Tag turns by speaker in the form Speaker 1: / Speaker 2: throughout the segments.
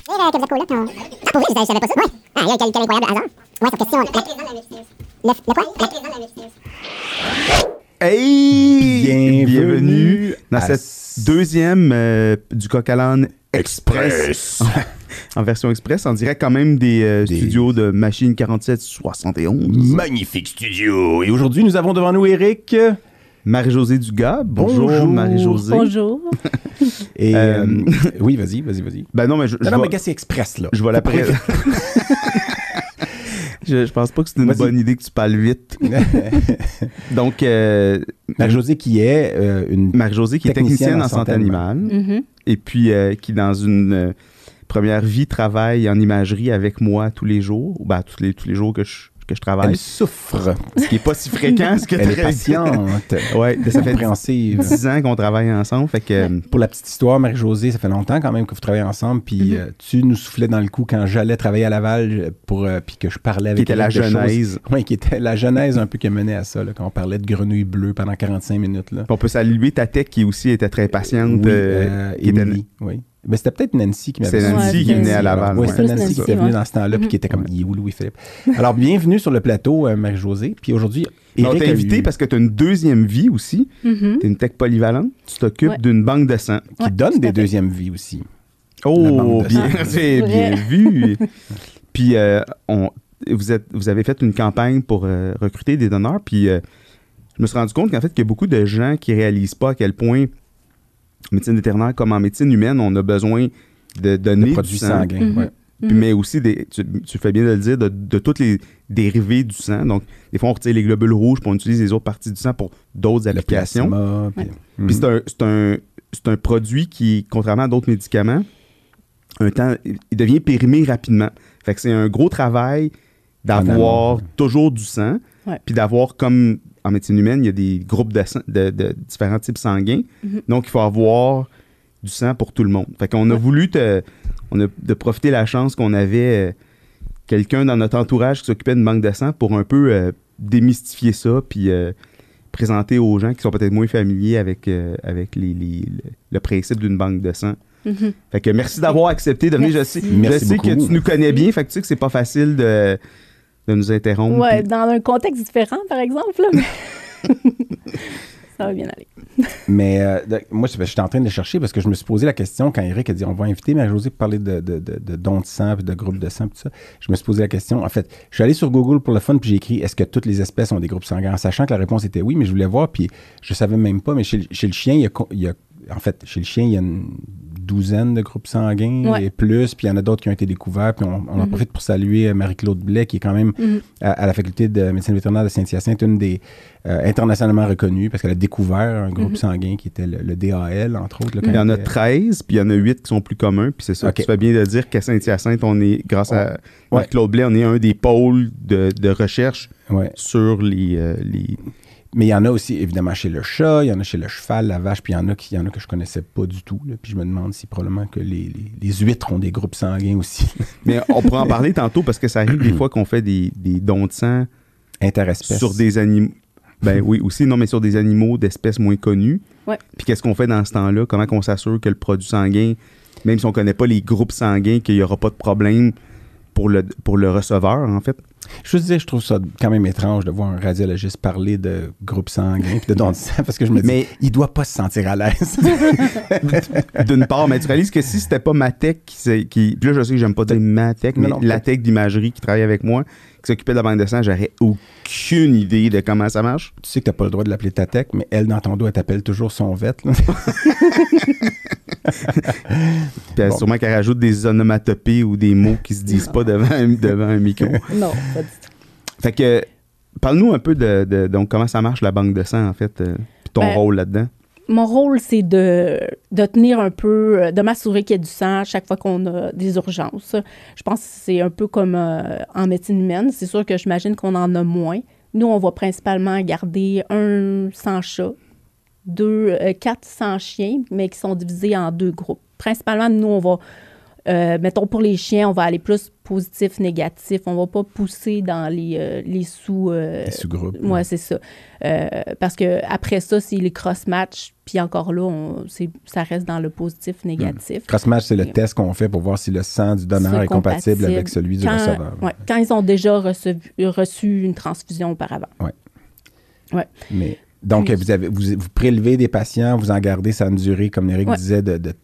Speaker 1: Que vous êtes coloc, pour vrai, je savais pas ça. Ouais. Ah, quel incroyable hasard. Ouais, cette question. Le quoi?
Speaker 2: Hey! Bienvenue dans
Speaker 3: à
Speaker 2: cette deuxième du Coq à l'âne Express. En version express, en direct quand même des studios de Machine 4771.
Speaker 3: Magnifique studio. Et aujourd'hui, nous avons devant nous Eric.
Speaker 2: Marie-Josée Dugas. Bonjour. Marie-Josée.
Speaker 4: Bonjour.
Speaker 3: Et oui, vas-y.
Speaker 2: Ben non, mais
Speaker 3: mais gars, c'est express, là.
Speaker 2: Je vais l'après. Je pense pas que c'est une bonne idée que tu parles vite. Donc,
Speaker 3: Marie-Josée qui est
Speaker 2: Marie-Josée qui est technicienne en santé animale.
Speaker 4: Mm-hmm.
Speaker 2: Et puis qui, dans une première vie, travaille en imagerie avec moi tous les jours. Ben, tous les jours que je travaille.
Speaker 3: Elle souffre.
Speaker 2: Ce qui n'est pas si fréquent.
Speaker 3: Elle est patiente.
Speaker 2: Ouais, ça fait
Speaker 3: compréhensive.
Speaker 2: 10 ans qu'on travaille ensemble. Fait que,
Speaker 3: pour la petite histoire, Marie-Josée, ça fait longtemps quand même que vous travaillez ensemble. Puis tu nous soufflais dans le cou quand j'allais travailler à Laval puis que je parlais avec
Speaker 2: elle. Qui était la genèse.
Speaker 3: Oui, qui était la genèse un peu qui menait à ça, là, quand on parlait de grenouilles bleues pendant 45 minutes. Là.
Speaker 2: On peut saluer ta tech qui aussi était très patiente.
Speaker 3: Oui, Émilie, oui. Mais c'était peut-être Nancy qui m'avait...
Speaker 2: C'est Nancy qui venait à Laval.
Speaker 3: Oui, c'était Nancy qui était venue dans ce temps-là puis qui était comme « Il est où Louis-Philippe? » Alors, bienvenue sur le plateau, Marie-Josée. Puis aujourd'hui, Eric
Speaker 2: on t'a invité parce que tu as une deuxième vie aussi.
Speaker 4: Mm-hmm.
Speaker 2: Tu es une tech polyvalente. Tu t'occupes d'une banque de sang.
Speaker 3: Qui donne des deuxièmes vies aussi.
Speaker 2: Oh, c'est bien vu. Puis, vous avez fait une campagne pour recruter des donneurs. Puis, je me suis rendu compte qu'en fait, qu'il y a beaucoup de gens qui réalisent pas à quel point en médecine vétérinaire comme en médecine humaine, on a besoin de donner
Speaker 3: de produits
Speaker 2: du sang.
Speaker 3: sanguins.
Speaker 4: Mm-hmm.
Speaker 3: Ouais.
Speaker 2: Puis, mais aussi, tu fais bien de le dire, de toutes les dérivés du sang. Donc, des fois, on retire les globules rouges puis on utilise les autres parties du sang pour d'autres applications.
Speaker 3: Plasma,
Speaker 2: puis c'est un produit qui, contrairement à d'autres médicaments, il devient périmé rapidement. Fait que c'est un gros travail d'avoir toujours du sang, puis d'avoir, comme en médecine humaine, il y a des groupes de différents types sanguins. Mm-hmm. Donc, il faut avoir du sang pour tout le monde. Fait qu'on a voulu de profiter de la chance qu'on avait quelqu'un dans notre entourage qui s'occupait d'une banque de sang pour un peu démystifier ça, puis présenter aux gens qui sont peut-être moins familiers avec le principe d'une banque de sang.
Speaker 4: Mm-hmm. Fait
Speaker 2: que merci d'avoir accepté de venir. Je sais que tu nous connais bien, fait que tu sais que c'est pas facile de nous interrompre.
Speaker 4: Ouais, dans un contexte différent, par exemple. Là, mais ça va bien aller.
Speaker 3: Mais moi, je suis en train de chercher parce que je me suis posé la question quand Eric a dit on va inviter Marie-Josée pour parler de dons de sang puis de groupes de sang, tout ça. Je me suis posé la question. En fait, je suis allé sur Google pour le fun puis j'ai écrit est-ce que toutes les espèces ont des groupes sanguins, en sachant que la réponse était oui, mais je voulais voir puis je savais même pas. Mais chez le chien, il y a une douzaine de groupes sanguins et plus, puis il y en a d'autres qui ont été découverts, puis on en profite pour saluer Marie-Claude Blais, qui est quand même à la faculté de médecine vétérinaire de Saint-Hyacinthe, une des internationalement reconnues, parce qu'elle a découvert un groupe sanguin qui était le DAL, entre autres. Là,
Speaker 2: il y en a 13, puis il y en a 8 qui sont plus communs, puis c'est ça. Tu fais bien de dire qu'à Saint-Hyacinthe, on est, grâce à Marie-Claude Blais, on est un des pôles de recherche sur les
Speaker 3: Mais il y en a aussi, évidemment, chez le chat, il y en a chez le cheval, la vache, puis il y en a que je connaissais pas du tout. Là, puis je me demande si probablement que les huîtres ont des groupes sanguins aussi.
Speaker 2: Mais on pourra en parler tantôt parce que ça arrive des fois qu'on fait des dons de sang
Speaker 3: interespèces
Speaker 2: sur des animaux. Ben oui, aussi, non, mais sur des animaux d'espèces moins connues.
Speaker 4: Ouais.
Speaker 2: Puis qu'est-ce qu'on fait dans ce temps-là? Comment on s'assure que le produit sanguin, même si on connaît pas les groupes sanguins, qu'il y aura pas de problème pour le receveur, en fait?
Speaker 3: Je veux dire, je trouve ça quand même étrange de voir un radiologiste parler de groupes sanguins et de dons de sang, parce que je me dis, il doit pas se sentir à l'aise.
Speaker 2: D'une part, mais tu réalises que si c'était pas ma tech qui puis là, je sais que j'aime pas dire ma tech, mais la tech d'imagerie qui travaille avec moi, qui s'occupait de la banque de sang, j'aurais aucune idée de comment ça marche.
Speaker 3: Tu sais que t'as pas le droit de l'appeler ta tech, mais elle, dans ton dos, elle t'appelle toujours son vet.
Speaker 2: Puis sûrement qu'elle rajoute des onomatopées ou des mots qui se disent pas devant un micro.
Speaker 4: Non, pas du tout.
Speaker 2: Fait que, parle-nous un peu donc comment ça marche la banque de sang, en fait, puis ton rôle là-dedans.
Speaker 4: Mon rôle, c'est de tenir un peu, de m'assurer qu'il y a du sang à chaque fois qu'on a des urgences. Je pense que c'est un peu comme en médecine humaine. C'est sûr que j'imagine qu'on en a moins. Nous, on va principalement garder 1 sans chat, 4 sans chien, mais qui sont divisés en 2 groupes. Principalement, nous, on va Mettons, pour les chiens, on va aller plus positif, négatif. On ne va pas pousser dans les sous...
Speaker 3: Les sous-groupes.
Speaker 4: Oui, c'est ça. Parce qu'après ça, c'est les cross-match. Puis encore là, ça reste dans le positif, négatif.
Speaker 3: Cross-match, c'est le test qu'on fait pour voir si le sang du donneur est compatible avec celui du receveur.
Speaker 4: Ouais, quand ils ont déjà reçu une transfusion auparavant.
Speaker 3: Oui.
Speaker 4: Ouais.
Speaker 3: Mais... Donc, vous prélevez des patients, vous en gardez, ça a une durée, comme Éric disait,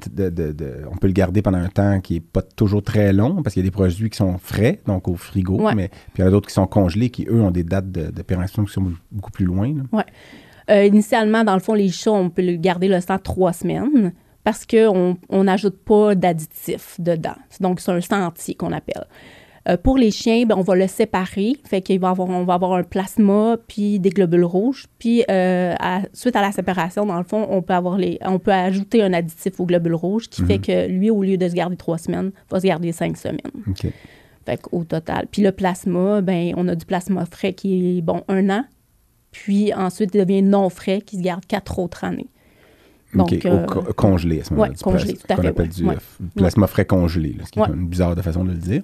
Speaker 3: on peut le garder pendant un temps qui n'est pas toujours très long, parce qu'il y a des produits qui sont frais, donc au frigo, mais puis il y en a d'autres qui sont congelés, qui, eux, ont des dates de péremption qui sont beaucoup plus loin.
Speaker 4: Oui. Initialement, dans le fond, les chats, on peut le garder le sang 3 semaines, parce qu'on n'ajoute pas d'additifs dedans. Donc, c'est un sang entier qu'on appelle. Pour les chiens, on va le séparer. Fait qu'on va avoir un plasma puis des globules rouges. Puis, suite à la séparation, dans le fond, on peut ajouter un additif aux globules rouges qui fait que lui, au lieu de se garder 3 semaines, va se garder 5 semaines.
Speaker 3: OK.
Speaker 4: Fait qu'au total. Puis le plasma, on a du plasma frais qui est, 1 an. Puis ensuite, il devient non frais qui se garde 4 autres années. Donc,
Speaker 3: congelé à ce moment-là.
Speaker 4: Oui, congelé, tout à fait.
Speaker 3: On appelle du plasma frais congelé, ce qui est une bizarre de façon de le dire.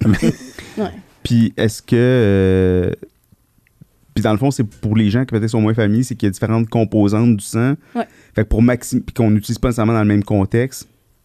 Speaker 2: Puis est-ce que... puis dans le fond, c'est pour les gens qui peut-être sont moins familiers, c'est qu'il y a différentes composantes du sang.
Speaker 4: Ouais.
Speaker 2: Fait que puis qu'on n'utilise pas nécessairement dans le même contexte.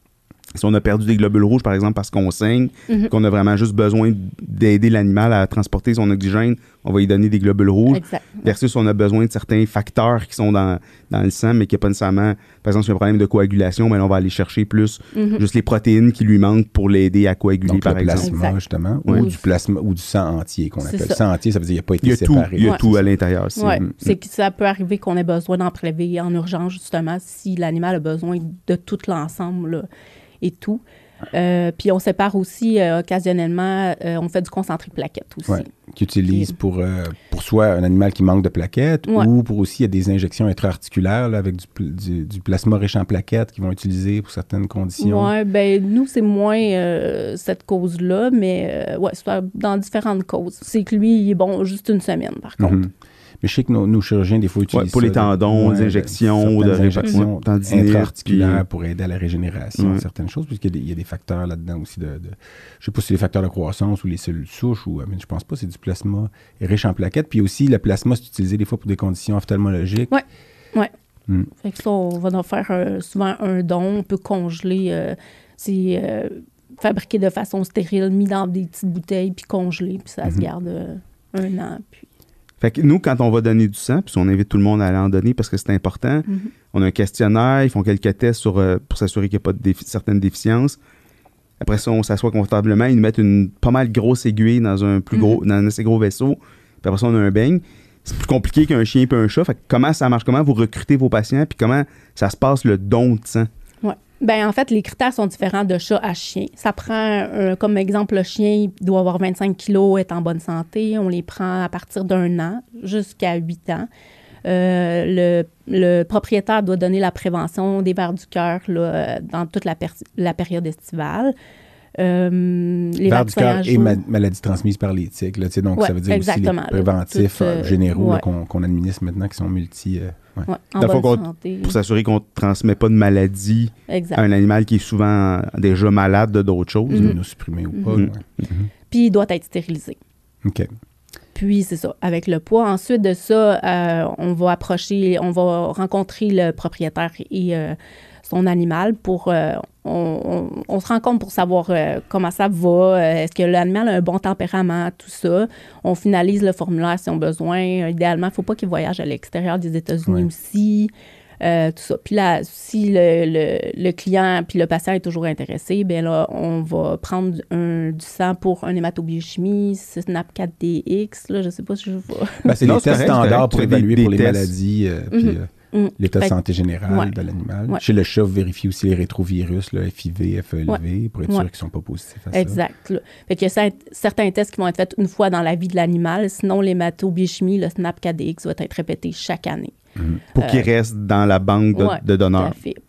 Speaker 2: Si on a perdu des globules rouges, par exemple, parce qu'on saigne, qu'on a vraiment juste besoin d'aider l'animal à transporter son oxygène, on va lui donner des globules rouges.
Speaker 4: Exact.
Speaker 2: Versus on a besoin de certains facteurs qui sont dans le sang, mais qui n'y a pas nécessairement... Par exemple, si il y a un problème de coagulation, on va aller chercher plus juste les protéines qui lui manquent pour l'aider à coaguler,
Speaker 3: donc,
Speaker 2: par exemple.
Speaker 3: Donc, le plasma, justement, ou du plasma, ou du sang entier, qu'on appelle.
Speaker 4: Ça.
Speaker 3: Sang entier, ça veut dire qu'il n'a pas été séparé.
Speaker 2: Il y a tout à l'intérieur.
Speaker 4: Oui, c'est que ça peut arriver qu'on ait besoin d'en prélever en urgence, justement, si l'animal a besoin de tout l'ensemble là, et tout. Puis on sépare aussi occasionnellement, on fait du concentré de plaquettes aussi.
Speaker 3: Qu'ils utilisent pour soit un animal qui manque de plaquettes ou pour aussi, il y a des injections intra-articulaires là, avec du plasma riche en plaquettes qu'ils vont utiliser pour certaines conditions.
Speaker 4: Oui, nous, c'est moins cette cause-là, mais c'est dans différentes causes. C'est que lui, il est bon juste 1 semaine, par contre.
Speaker 3: Mais je sais que nos chirurgiens, des fois, utilisent
Speaker 2: pour les tendons, des injections,
Speaker 3: injections intra-articulaires pour aider à la régénération, certaines choses, puisqu'il y a des facteurs là-dedans aussi je ne sais pas si c'est les facteurs de croissance ou les cellules souches, mais je pense pas, c'est du plasma riche en plaquettes. Puis aussi, le plasma, c'est utilisé des fois pour des conditions ophtalmologiques.
Speaker 4: Oui. Fait que ça, on va en faire souvent un don, on peut congeler, c'est fabriqué de façon stérile, mis dans des petites bouteilles, puis congelé, puis ça se garde 1 an, puis...
Speaker 2: Fait que nous, quand on va donner du sang, puis on invite tout le monde à aller en donner parce que c'est important, on a un questionnaire, ils font quelques tests pour s'assurer qu'il n'y a pas de certaines déficiences. Après ça, on s'assoit confortablement, ils nous mettent une pas mal grosse aiguille dans un assez gros vaisseau. Puis après ça, on a un beigne. C'est plus compliqué qu'un chien et un chat. Fait que comment ça marche? Comment vous recrutez vos patients? Puis comment ça se passe le don de sang?
Speaker 4: En fait, les critères sont différents de chat à chien. Ça prend, comme exemple, le chien il doit avoir 25 kilos, est en bonne santé. On les prend à partir d'1 an jusqu'à 8 ans. Le propriétaire doit donner la prévention des vers du cœur dans toute la période estivale. Les
Speaker 3: vers du cœur et maladies transmises par les tiques. Là, donc, ça veut dire aussi les préventifs généraux qu'on administre maintenant qui sont multi...
Speaker 4: en bonne santé.
Speaker 2: Pour s'assurer qu'on ne transmet pas de maladie à un animal qui est souvent déjà malade de d'autres choses.
Speaker 3: Immunosupprimé ou pas.
Speaker 4: Puis il doit être stérilisé.
Speaker 3: OK.
Speaker 4: Puis c'est ça, avec le poids. Ensuite de ça, on va rencontrer le propriétaire et son animal pour... on se rencontre pour savoir comment ça va, est-ce que l'animal a un bon tempérament, tout ça. On finalise le formulaire si on a besoin. Idéalement, il ne faut pas qu'il voyage à l'extérieur des États-Unis aussi. Tout ça. Puis là, si le client puis le patient est toujours intéressé, bien là, on va prendre du sang pour un hématobiochimie, SNAP4DX, là, je ne sais pas si je vois.
Speaker 3: C'est les tests standards pour évaluer pour les maladies, puis l'état de santé général de l'animal. Chez le chat, vous vérifiez aussi les rétrovirus, le FIV, FELV, pour être sûr qu'ils ne sont pas positifs à ça.
Speaker 4: Exact. Là. Fait qu'il y a certains tests qui vont être faits une fois dans la vie de l'animal, sinon l'hématobiochimie, le SNAP4DX va être répété chaque année.
Speaker 2: Pour qu'il reste dans la banque de donneurs.
Speaker 4: Tout à fait.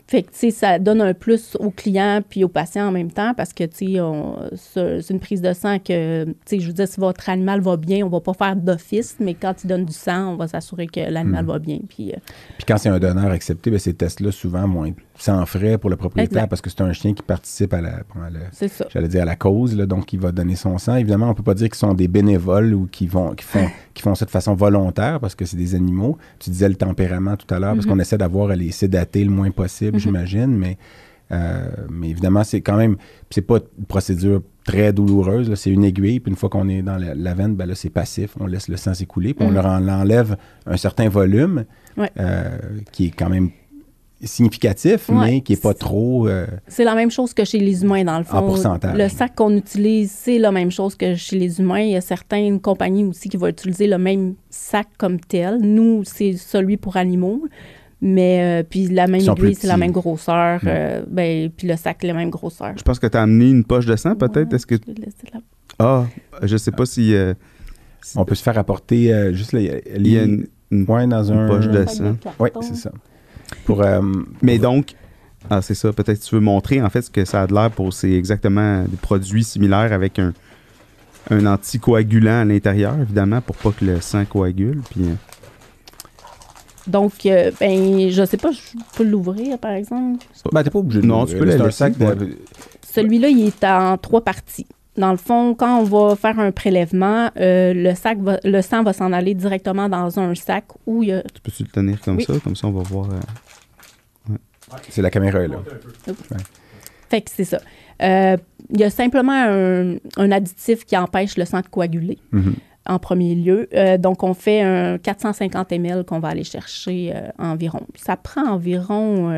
Speaker 4: Fait que, tu sais, ça donne un plus aux clients puis aux patients en même temps parce que, tu sais, c'est une prise de sang que, tu sais, je veux dire, si votre animal va bien, on va pas faire d'office, mais quand il donne du sang, on va s'assurer que l'animal va bien. Puis
Speaker 3: quand c'est un donneur accepté, bien, ces tests-là, souvent, vont être sans frais pour le propriétaire
Speaker 4: Exact.
Speaker 3: parce que c'est un chien qui participe à
Speaker 4: c'est ça.
Speaker 3: j'allais dire à la cause, là, donc il va donner son sang. Évidemment, on peut pas dire qu'ils sont des bénévoles ou qui font ça de façon volontaire parce que c'est des animaux. Tu disais le tempérament tout à l'heure, parce qu'on essaie d'avoir à les sédater le moins possible, j'imagine, mais évidemment, c'est quand même, c'est pas une procédure très douloureuse, là. C'est une aiguille, puis une fois qu'on est dans la veine, ben là, c'est passif, on laisse le sang s'écouler, puis on leur enlève un certain volume
Speaker 4: Ouais.
Speaker 3: qui est quand même significatif,
Speaker 4: Ouais.
Speaker 3: mais qui n'est pas trop...
Speaker 4: C'est la même chose que chez les humains, dans le fond.
Speaker 3: En pourcentage.
Speaker 4: Le sac qu'on utilise, c'est la même chose que chez les humains. Il y a certaines compagnies aussi qui vont utiliser le même sac comme tel. Nous, c'est celui pour animaux. Mais puis la même
Speaker 3: Ils sont plus
Speaker 4: aiguille, c'est la
Speaker 3: petits.
Speaker 4: même grosseur. Puis le sac, la même grosseur.
Speaker 2: Je pense que tu as amené une poche de sang, peut-être.
Speaker 4: Ouais,
Speaker 2: Est-ce que...
Speaker 4: je l'ai laissé là.
Speaker 2: Ah, je sais pas si...
Speaker 3: On peut se faire apporter juste
Speaker 2: il y a une
Speaker 3: ouais, dans un...
Speaker 2: poche de
Speaker 4: Sac
Speaker 2: sang.
Speaker 3: Oui,
Speaker 4: carton.
Speaker 3: c'est ça. Pour,
Speaker 2: Mais donc, c'est ça. Peut-être que tu veux montrer, en fait, ce que ça a de l'air pour... C'est exactement des produits similaires avec un anticoagulant à l'intérieur, évidemment, pour pas que le sang coagule. Puis,
Speaker 4: Donc, je sais pas, je peux l'ouvrir, par exemple.
Speaker 3: ben, t'es pas obligé de
Speaker 2: Non,
Speaker 3: l'ouvrir,
Speaker 2: tu peux
Speaker 3: c'est
Speaker 2: la
Speaker 3: un
Speaker 2: laisser,
Speaker 3: sac
Speaker 2: ouais.
Speaker 4: Celui-là, il est en 3 parties. Dans le fond, quand on va faire un prélèvement, le sang va s'en aller directement dans un sac où il y a...
Speaker 2: tu peux-tu le tenir comme
Speaker 4: Oui.
Speaker 2: ça? Comme ça, on va voir...
Speaker 3: C'est la caméra est là.
Speaker 4: Fait que c'est ça. Il y a simplement un additif qui empêche le sang de coaguler en premier lieu. Donc, on fait un 450 ml qu'on va aller chercher environ. Ça prend environ...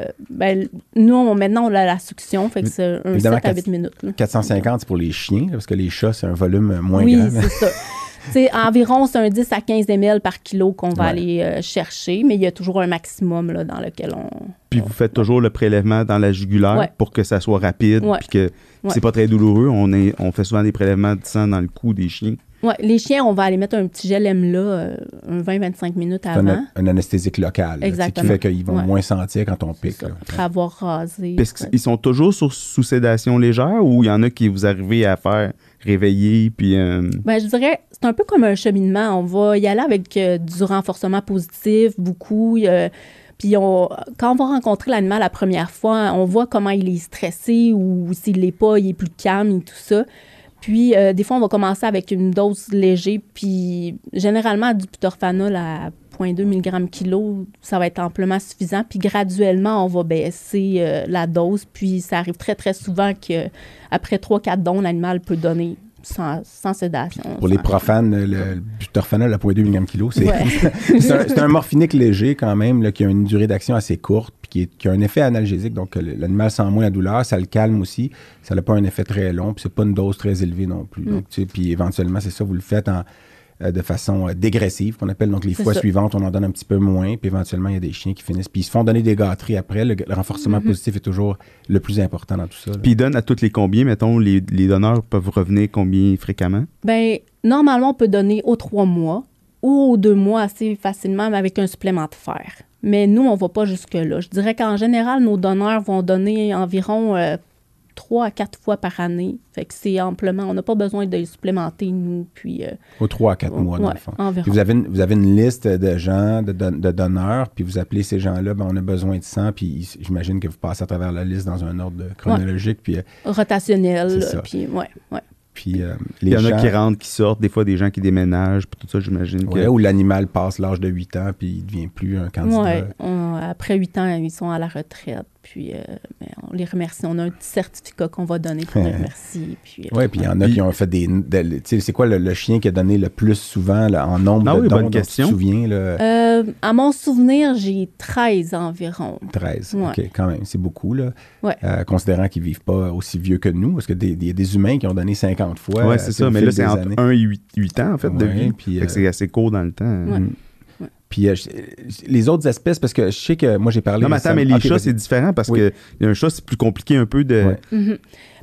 Speaker 4: nous, maintenant, on a la succion, fait que c'est un
Speaker 3: Évidemment,
Speaker 4: 7 à 8 minutes. Là.
Speaker 3: 450, c'est pour les chiens, parce que les chats, c'est un volume moins
Speaker 4: Oui,
Speaker 3: grand.
Speaker 4: c'est ça. C'est environ, c'est un 10 à 15 ml par kilo qu'on va
Speaker 3: Ouais.
Speaker 4: aller chercher, mais il y a toujours un maximum là, dans lequel on...
Speaker 2: Puis vous faites toujours le prélèvement dans la jugulaire
Speaker 4: Ouais.
Speaker 2: pour que ça soit rapide,
Speaker 4: Ouais.
Speaker 2: puis que c'est pas très douloureux. On fait souvent des prélèvements de sang dans le cou des chiens.
Speaker 4: Ouais, les chiens, on va aller mettre un petit gel EMLA un 20-25 minutes
Speaker 3: C'est
Speaker 4: avant.
Speaker 3: un anesthésique local, là,
Speaker 4: Exactement.
Speaker 3: qui fait qu'ils vont
Speaker 4: Ouais.
Speaker 3: moins sentir quand on pique.
Speaker 4: C'est ça,
Speaker 3: là.
Speaker 4: après avoir rasé.
Speaker 2: Parce qu'ils sont toujours sous sédation légère ou il y en a qui vous arrivez à faire réveiller, puis...
Speaker 4: Je dirais, c'est un peu comme un cheminement. On va y aller avec du renforcement positif, beaucoup. Puis quand on va rencontrer l'animal la première fois, on voit comment il est stressé ou s'il l'est pas, il est plus calme et tout ça. Puis, des fois, on va commencer avec une dose légère. Puis, généralement, du butorphanol à 0,2 mg kilo, ça va être amplement suffisant. Puis, graduellement, on va baisser la dose. Puis, ça arrive très, très souvent qu'après 3-4 dons, l'animal peut donner sans sédation.
Speaker 3: Pour les profanes, le butorphanol à 0,2 mg kilo, c'est
Speaker 4: Ouais.
Speaker 3: c'est un morphinique léger quand même, là, qui a une durée d'action assez courte, puis qui a un effet analgésique. Donc, l'animal sent moins la douleur, ça le calme aussi. Ça n'a pas un effet très long, puis c'est pas une dose très élevée non plus. Donc, tu sais, puis éventuellement, c'est ça, vous le faites de façon dégressive, qu'on appelle. Donc, les
Speaker 4: C'est
Speaker 3: fois
Speaker 4: ça.
Speaker 3: suivantes, on en donne un petit peu moins, puis éventuellement, il y a des chiens qui finissent. Puis ils se font donner des gâteries après. Le renforcement positif est toujours le plus important dans tout ça, là.
Speaker 2: Puis ils donnent à toutes les combien, mettons, les donneurs peuvent revenir combien fréquemment?
Speaker 4: Normalement, on peut donner aux 3 mois ou aux 2 mois assez facilement, mais avec un supplément de fer. Mais nous, on ne va pas jusque-là. Je dirais qu'en général, nos donneurs vont donner environ 3 à 4 fois par année. Fait que c'est amplement. On n'a pas besoin de les supplémenter, nous. Puis,
Speaker 3: Aux 3 à 4 mois, dans
Speaker 4: ouais,
Speaker 3: le fond.
Speaker 4: environ.
Speaker 3: Puis vous avez une liste de gens, de donneurs, puis vous appelez ces gens-là, on a besoin de sang, puis j'imagine que vous passez à travers la liste dans un ordre chronologique, puis
Speaker 4: Rotationnel.
Speaker 3: C'est
Speaker 4: là,
Speaker 3: ça.
Speaker 4: puis, ouais.
Speaker 3: Puis
Speaker 2: Il
Speaker 3: les
Speaker 2: y en
Speaker 3: gens,
Speaker 2: a qui rentrent, qui sortent, des fois des gens qui déménagent, puis tout ça, j'imagine que...
Speaker 3: ouais, où l'animal passe l'âge de 8 ans, puis il ne devient plus un candidat.
Speaker 4: Ouais, après 8 ans, ils sont à la retraite. Puis, mais on les remercie. On a un petit certificat qu'on va donner pour les remercier. Puis,
Speaker 3: Oui, puis il y en a qui ont fait tu sais, c'est quoi le chien qui a donné le plus souvent là, en nombre
Speaker 2: Ah
Speaker 3: de
Speaker 2: oui,
Speaker 3: dons
Speaker 2: bonne
Speaker 3: dont
Speaker 2: question.
Speaker 3: tu te souviens? Là,
Speaker 4: à mon souvenir, j'ai 13 environ.
Speaker 3: 13.
Speaker 4: Ouais.
Speaker 3: OK, quand même, c'est beaucoup, là.
Speaker 4: Ouais.
Speaker 3: Considérant qu'ils ne vivent pas aussi vieux que nous, parce qu'il y a des humains qui ont donné 50 fois.
Speaker 2: Ouais, c'est ça, mais là, c'est entre 1 et 8 ans, en fait, de
Speaker 3: Ouais,
Speaker 2: vie.
Speaker 3: puis,
Speaker 2: Fait que c'est assez court dans le temps.
Speaker 4: Ouais.
Speaker 3: Puis les autres espèces, parce que je sais que moi, j'ai parlé...
Speaker 2: Non, mais attends, mais les
Speaker 3: OK,
Speaker 2: chats,
Speaker 3: vas-y.
Speaker 2: c'est différent parce
Speaker 3: Oui.
Speaker 2: que un chat, c'est plus compliqué un peu de...
Speaker 3: Ouais.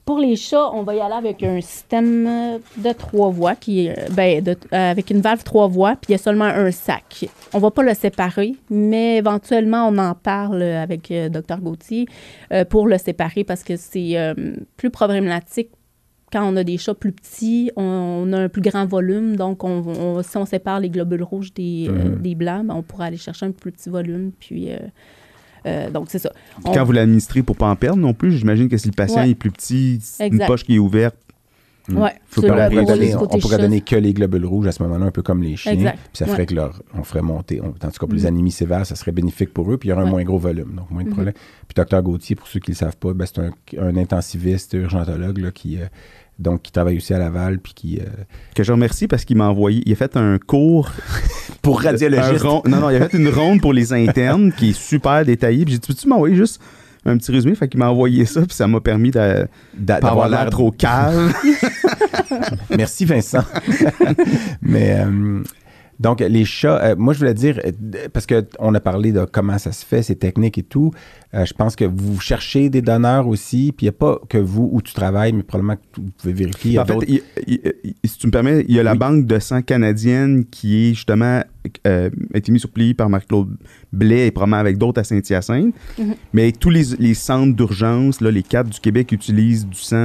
Speaker 4: Pour les chats, on va y aller avec un système de 3 voies, avec une valve 3 voies, puis il y a seulement un sac. On ne va pas le séparer, mais éventuellement, on en parle avec Dr Gauthier pour le séparer parce que c'est plus problématique. Quand on a des chats plus petits, on a un plus grand volume. Donc, si on sépare les globules rouges des blancs, on pourra aller chercher un plus petit volume. Puis, donc, c'est ça.
Speaker 2: Quand vous l'administrez pour ne pas en perdre non plus, j'imagine que si le patient est plus petit, c'est une poche qui est ouverte.
Speaker 4: Oui,
Speaker 3: on pourrait donner que les globules rouges à ce moment-là, un peu comme les chiens.
Speaker 4: Exact.
Speaker 3: Puis ça ferait que on ferait monter. En tout cas, pour les anémies sévères, ça serait bénéfique pour eux. Puis il y aurait un moins gros volume, donc moins de problème. Puis Dr Gauthier, pour ceux qui ne le savent pas, c'est un intensiviste, urgentologue là, qui travaille aussi à Laval. Puis
Speaker 2: que je remercie parce qu'il m'a envoyé. Il a fait un cours.
Speaker 3: Pour radiologiste.
Speaker 2: Non, il a fait une ronde pour les internes qui est super détaillée. Puis j'ai dit, peux-tu m'envoyer juste un petit résumé? Fait qu'il m'a envoyé ça, puis ça m'a permis de pas avoir l'air trop calme.
Speaker 3: Merci, Vincent. Mais donc, les chats, moi, je voulais dire, parce qu'on a parlé de comment ça se fait, ces techniques et tout, je pense que vous cherchez des donneurs aussi, puis il n'y a pas que vous où tu travailles, mais probablement que vous pouvez vérifier.
Speaker 2: En fait, si tu me permets, il y a la banque de sang canadienne qui est justement a été mise sur pied par Marc-Claude Blais et probablement avec d'autres à Saint-Hyacinthe. Mais tous les centres d'urgence, là, les 4 du Québec utilisent du sang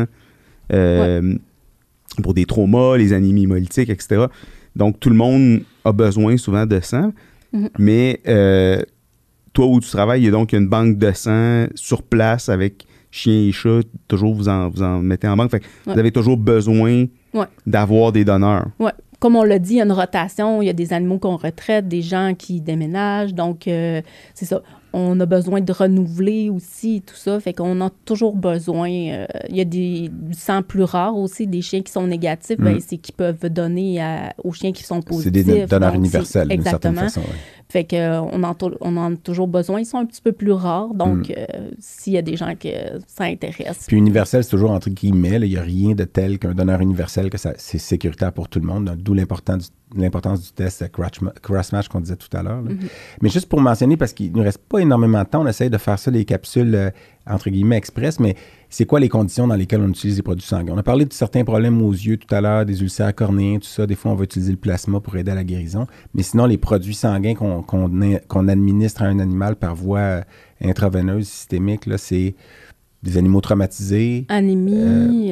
Speaker 2: pour des traumas, les anémies hémolytiques, etc. Donc, tout le monde a besoin souvent de sang. Mais toi où tu travailles, il y a donc une banque de sang sur place avec chiens et chats. Toujours, vous en mettez en banque. Fait que vous avez toujours besoin d'avoir des donneurs.
Speaker 4: Oui. Comme on l'a dit, il y a une rotation. Il y a des animaux qu'on retraite, des gens qui déménagent. Donc, c'est ça. On a besoin de renouveler aussi tout ça. Fait qu'on a toujours besoin. Il y a du sang plus rare aussi, des chiens qui sont négatifs. C'est qu'ils peuvent donner aux chiens qui sont positifs.
Speaker 3: C'est des donneurs universels, d'une certaine façon.
Speaker 4: Fait qu'on en a toujours besoin. Ils sont un petit peu plus rares. Donc, s'il y a des gens que ça intéresse.
Speaker 3: Puis universel, c'est toujours entre guillemets. Il n'y a rien de tel qu'un donneur universel, que c'est sécuritaire pour tout le monde. D'où l'importance du test cross-match qu'on disait tout à l'heure. Mais juste pour mentionner, parce qu'il ne nous reste pas énormément de temps, on essaye de faire ça, les capsules, entre guillemets, express, mais c'est quoi les conditions dans lesquelles on utilise les produits sanguins? On a parlé de certains problèmes aux yeux tout à l'heure, des ulcères cornéens, tout ça. Des fois, on va utiliser le plasma pour aider à la guérison. Mais sinon, les produits sanguins qu'on administre à un animal par voie intraveineuse, systémique, là, c'est des animaux traumatisés.
Speaker 4: Anémie,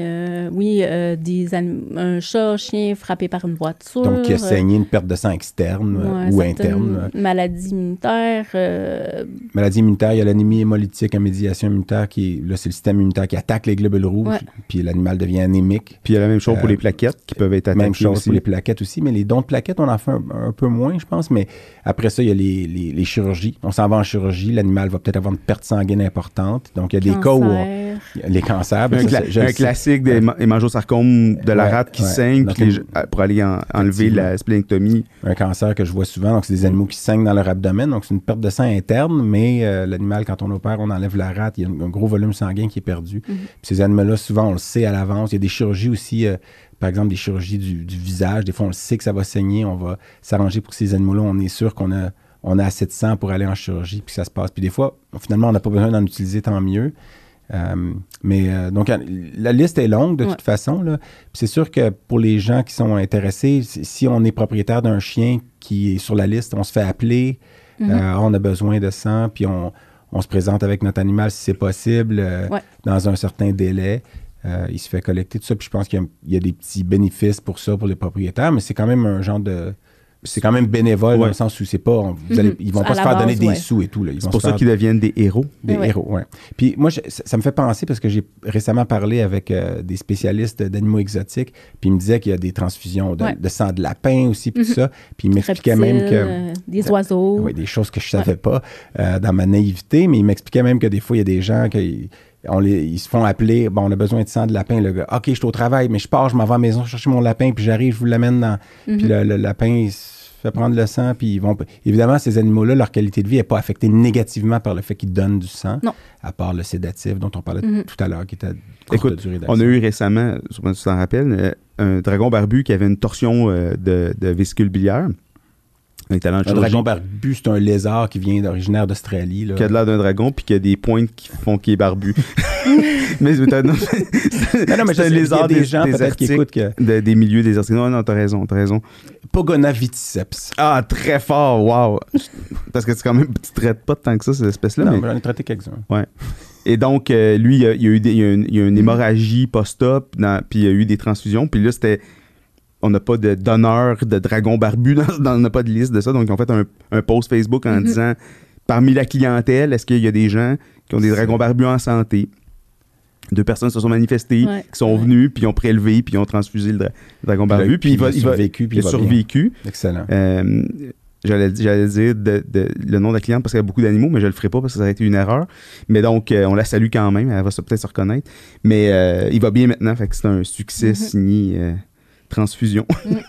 Speaker 4: un chat, un chien frappé par une voiture.
Speaker 3: Donc, qui a saigné, une perte de sang externe ou interne.
Speaker 4: Maladie immunitaire.
Speaker 3: Maladie immunitaire, il y a l'anémie hémolytique à médiation immunitaire c'est le système immunitaire qui attaque les globules rouges, puis l'animal devient anémique.
Speaker 2: Puis il y a la même chose pour les plaquettes qui peuvent être attaquées.
Speaker 3: Même chose
Speaker 2: aussi.
Speaker 3: pour les plaquettes aussi, mais les dons de plaquettes, on en fait un peu moins, je pense. Mais après ça, il y a les chirurgies. On s'en va en chirurgie, l'animal va peut-être avoir une perte sanguine importante. Donc, il y a des cas où les cancers.
Speaker 2: Un classique des hémangiosarcomes de la rate qui saigne pour aller enlever la splénectomie.
Speaker 3: Un cancer que je vois souvent, donc c'est des animaux qui saignent dans leur abdomen, donc c'est une perte de sang interne, mais l'animal, quand on opère, on enlève la rate, il y a un gros volume sanguin qui est perdu. Puis ces animaux-là, souvent, on le sait à l'avance. Il y a des chirurgies aussi, par exemple, des chirurgies du visage. Des fois, on le sait que ça va saigner, on va s'arranger pour que ces animaux-là, on est sûr qu'on a assez de sang pour aller en chirurgie, puis ça se passe. Puis des fois, finalement, on n'a pas besoin d'en utiliser, tant mieux. Donc, la liste est longue de toute façon. Là. Puis c'est sûr que pour les gens qui sont intéressés, si on est propriétaire d'un chien qui est sur la liste, on se fait appeler, on a besoin de sang, puis on se présente avec notre animal si c'est possible, dans un certain délai. Il se fait collecter tout ça, puis je pense qu'il y a des petits bénéfices pour ça, pour les propriétaires, mais c'est quand même un genre de... C'est quand même bénévole dans le sens où c'est pas... ils vont pas se faire donner des sous et tout. Là.
Speaker 2: C'est pour ça qu'ils deviennent des héros.
Speaker 3: Des héros, oui. Puis moi, ça me fait penser, parce que j'ai récemment parlé avec des spécialistes d'animaux exotiques, puis ils me disaient qu'il y a des transfusions de sang de lapin aussi, puis tout ça. Puis ils m'expliquaient même que...
Speaker 4: Des oiseaux.
Speaker 3: Oui, des choses que je savais pas dans ma naïveté, mais ils m'expliquaient même que des fois, il y a des gens qui... ils se font appeler, on a besoin de sang de lapin. Le gars, OK, je suis au travail, mais je pars, je m'en vais à la maison chercher mon lapin, puis j'arrive, je vous l'amène dans... Puis le lapin, il se fait prendre le sang, puis ils vont... Évidemment, ces animaux-là, leur qualité de vie n'est pas affectée négativement par le fait qu'ils donnent du sang, à part le sédatif dont on parlait tout à l'heure, qui était à courte durée d'action.
Speaker 2: On a eu récemment, je sais pas si tu t'en rappelles, un dragon barbu qui avait une torsion de vésicule biliaire. On est allé en
Speaker 3: Un
Speaker 2: chirurgie.
Speaker 3: dragon barbu, c'est un lézard qui vient originaire d'Australie. Là.
Speaker 2: Qui a de l'air d'un dragon, puis qui a des pointes qui font qu'il est barbu. mais c'est
Speaker 3: Non, mais
Speaker 2: c'est un
Speaker 3: il y a
Speaker 2: lézard
Speaker 3: des gens peut-être qui écoutent que...
Speaker 2: des milieux désertiques. Non, t'as raison.
Speaker 3: Pogonaviticeps.
Speaker 2: Ah, très fort, wow! Parce que tu traites pas tant que ça, cette espèce-là.
Speaker 3: Non,
Speaker 2: mais...
Speaker 3: mais j'en ai traité quelques-uns.
Speaker 2: Ouais. Et donc, lui, il y a eu une hémorragie post-op, puis il y a eu des transfusions. Puis là, on n'a pas de donneur de dragon barbu, on n'a pas de liste de ça. Donc, ils ont fait un post Facebook en disant, parmi la clientèle, est-ce qu'il y a des gens qui ont des dragons barbus en santé? 2 personnes se sont manifestées, qui sont venues, puis ont prélevé, puis ont transfusé le dragon barbu. Puis il a survécu.
Speaker 3: Excellent.
Speaker 2: J'allais dire le nom de la cliente parce qu'elle a beaucoup d'animaux, mais je le ferai pas parce que ça aurait été une erreur. Mais donc, on la salue quand même. Elle va peut-être se reconnaître. Mais il va bien maintenant. Fait que c'est un succès signé transfusion.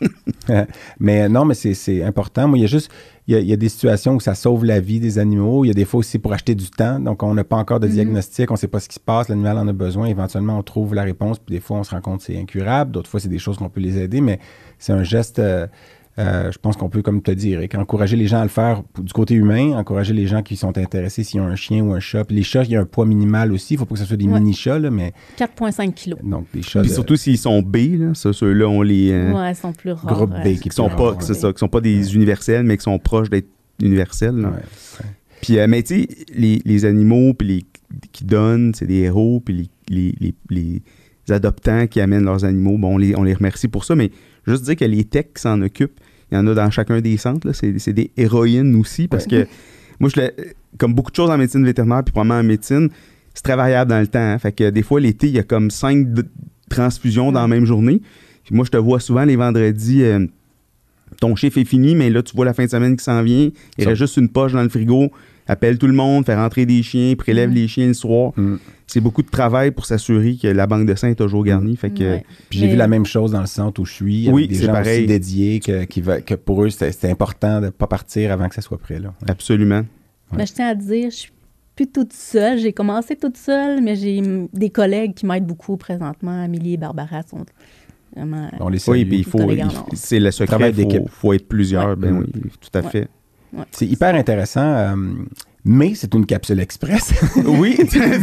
Speaker 3: Mais non, mais c'est important. Moi, il y a des situations où ça sauve la vie des animaux. Il y a des fois aussi pour acheter du temps. Donc, on n'a pas encore de diagnostic. On ne sait pas ce qui se passe. L'animal en a besoin. Éventuellement, on trouve la réponse. Puis des fois, on se rend compte que c'est incurable. D'autres fois, c'est des choses qu'on peut les aider. Mais c'est un geste... je pense qu'on peut, comme tu as dit, Eric, encourager les gens à le faire du côté humain, encourager les gens qui sont intéressés s'ils ont un chien ou un chat. Puis les chats, il y a un poids minimal aussi. Il ne faut pas que ce soit des mini-chats, là, mais...
Speaker 4: 4,5 kilos.
Speaker 3: Donc, des chats...
Speaker 2: Puis surtout s'ils sont B, là, ceux-là, on les...
Speaker 4: ils sont plus rares.
Speaker 3: Groupe B
Speaker 2: qui sont pas, c'est ça, qui sont pas des universels, mais qui sont proches d'être universels. Là.
Speaker 3: Ouais.
Speaker 2: Puis, mais tu sais, les animaux qui donnent, c'est des héros, puis les adoptants qui amènent leurs animaux, bon, on les remercie pour ça, mais juste dire que les techs qui s'en occupent, il y en a dans chacun des centres, là, c'est des héroïnes aussi, parce que moi, comme beaucoup de choses en médecine vétérinaire, puis probablement en médecine, c'est très variable dans le temps. Hein, fait que des fois, l'été, il y a comme 5 transfusions dans la même journée. Puis moi, je te vois souvent les vendredis, ton chiffre est fini, mais là, tu vois la fin de semaine qui s'en vient, il reste juste une poche dans le frigo, appelle tout le monde, fait rentrer des chiens, prélève les chiens le soir. C'est beaucoup de travail pour s'assurer que la banque de sang est toujours garnie. Fait que,
Speaker 3: Puis j'ai vu la même chose dans le centre où je suis.
Speaker 2: Oui,
Speaker 3: des
Speaker 2: c'est
Speaker 3: gens
Speaker 2: pareil.
Speaker 3: aussi dédiés que pour eux, c'était important de ne pas partir avant que ça soit prêt. Là. Ouais.
Speaker 2: Absolument.
Speaker 4: Mais je tiens à dire, je suis plus toute seule. J'ai commencé toute seule, mais j'ai des collègues qui m'aident beaucoup présentement. Amélie et Barbara sont vraiment...
Speaker 3: On les salue.
Speaker 2: Oui, puis c'est le secret,
Speaker 3: Travail d'équipe.
Speaker 2: Il faut être plusieurs. Ben oui, tout à fait.
Speaker 4: Ouais.
Speaker 3: C'est hyper intéressant, mais c'est une capsule express.
Speaker 2: Oui.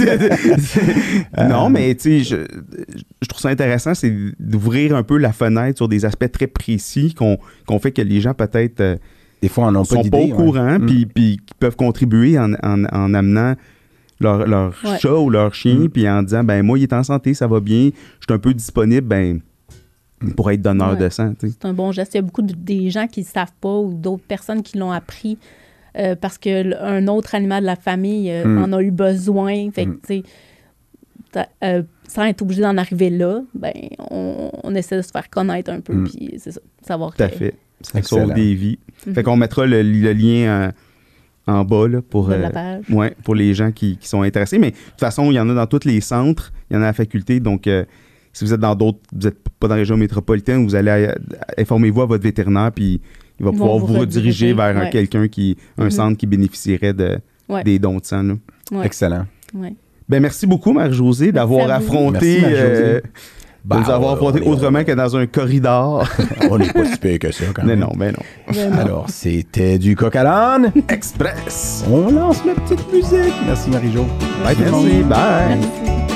Speaker 2: Non, mais tu sais, je trouve ça intéressant, c'est d'ouvrir un peu la fenêtre sur des aspects très précis qu'on fait que les gens peut-être
Speaker 3: des fois en ont pas
Speaker 2: sont
Speaker 3: d'idée.
Speaker 2: pas au courant, puis qui peuvent contribuer en amenant leur chat ou leur chien, puis en disant, ben moi, il est en santé, ça va bien, je suis un peu disponible, ben pour être donneur de sang. T'sais.
Speaker 4: C'est un bon geste. Il y a beaucoup des gens qui ne savent pas ou d'autres personnes qui l'ont appris parce qu'un autre animal de la famille en a eu besoin. Fait que, tu sais, sans être obligé d'en arriver là, ben, on essaie de se faire connaître un peu, puis c'est ça, savoir.
Speaker 2: Tout à fait. Ça sauve des vies. Fait qu'on mettra le lien en bas là, pour les gens qui sont intéressés. Mais de toute façon, il y en a dans tous les centres, il y en a à la faculté, donc... si vous êtes dans d'autres, vous n'êtes pas dans la région métropolitaine, vous allez informez-vous à votre vétérinaire, puis il va pouvoir vous rediriger vers quelqu'un un centre qui bénéficierait des dons de sang. Là.
Speaker 4: Ouais.
Speaker 3: Excellent.
Speaker 4: Ouais.
Speaker 2: Ben, merci beaucoup, Marie-Josée, d'avoir affronté, de nous avoir affronté autrement que dans un corridor.
Speaker 3: On n'est pas si pire que ça, quand même.
Speaker 2: Non.
Speaker 3: Alors, c'était du Coq à l'âne
Speaker 2: Express.
Speaker 3: On lance la petite musique. Merci, Marie-Jo.
Speaker 2: Merci. Bye.
Speaker 4: Merci.